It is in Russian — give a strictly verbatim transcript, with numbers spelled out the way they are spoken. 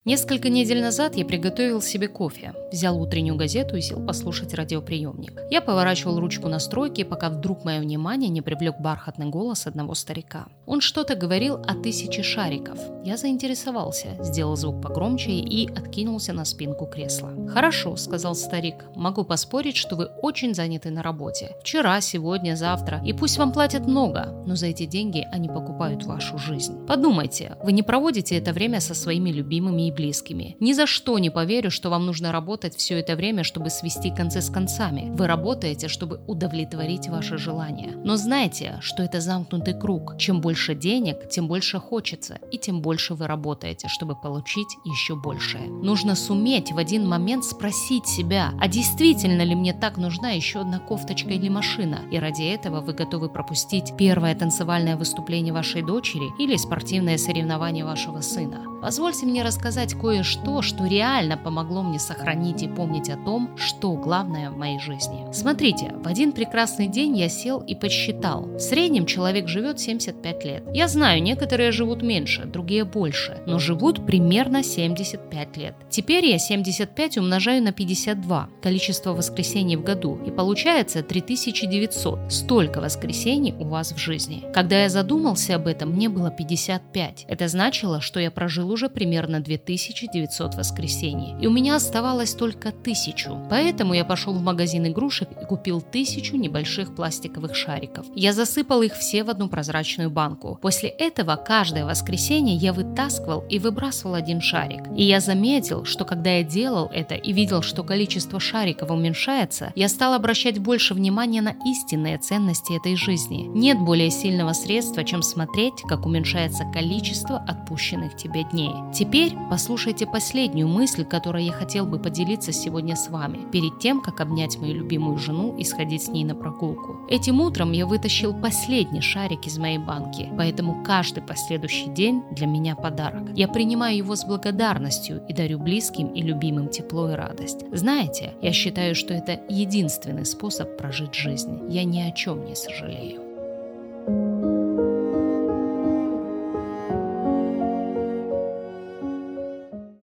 Несколько недель назад я приготовил себе кофе, взял утреннюю газету и сел послушать радиоприемник. Я поворачивал ручку настройки, пока вдруг мое внимание не привлек бархатный голос одного старика. Он что-то говорил о тысяче шариков. Я заинтересовался, сделал звук погромче и откинулся на спинку кресла. «Хорошо», — сказал старик, — «могу поспорить, что вы очень заняты на работе. Вчера, сегодня, завтра. И пусть вам платят много, но за эти деньги они покупают вашу жизнь. Подумайте, вы не проводите это время со своими любимыми и близкими. Ни за что не поверю, что вам нужно работать все это время, чтобы свести концы с концами. Вы работаете, чтобы удовлетворить ваши желания. Но знайте, что это замкнутый круг. Чем больше денег, тем больше хочется, и тем больше вы работаете, чтобы получить еще большее. Нужно суметь в один момент спросить себя, а действительно ли мне так нужна еще одна кофточка или машина? И ради этого вы готовы пропустить первое танцевальное выступление вашей дочери или спортивное соревнование вашего сына? Позвольте мне рассказать кое-что, что реально помогло мне сохранить и помнить о том, что главное в моей жизни. Смотрите, в один прекрасный день я сел и подсчитал. В среднем человек живет семьдесят пять лет. Я знаю, некоторые живут меньше, другие больше, но живут примерно семьдесят пять лет. Теперь я семьдесят пять умножаю на пятьдесят два, количество воскресений в году, и получается три тысячи девятьсот. Столько воскресений у вас в жизни. Когда я задумался об этом, мне было пятьдесят пять. Это значило, что я прожил уже примерно две тысячи девятьсот воскресений, и у меня оставалось только тысячу. Поэтому я пошел в магазин игрушек и купил тысячу небольших пластиковых шариков. Я засыпал их все в одну прозрачную банку. После этого каждое воскресенье я вытаскивал и выбрасывал один шарик. И я заметил, что когда я делал это и видел, что количество шариков уменьшается, я стал обращать больше внимания на истинные ценности этой жизни. Нет более сильного средства, чем смотреть, как уменьшается количество отпущенных тебе дней. Теперь послушайте последнюю мысль, которой я хотел бы поделиться сегодня с вами, перед тем, как обнять мою любимую жену и сходить с ней на прогулку. Этим утром я вытащил последний шарик из моей банки, поэтому каждый последующий день для меня подарок. Я принимаю его с благодарностью и дарю близким и любимым тепло и радость. Знаете, я считаю, что это единственный способ прожить жизнь. Я ни о чем не сожалею.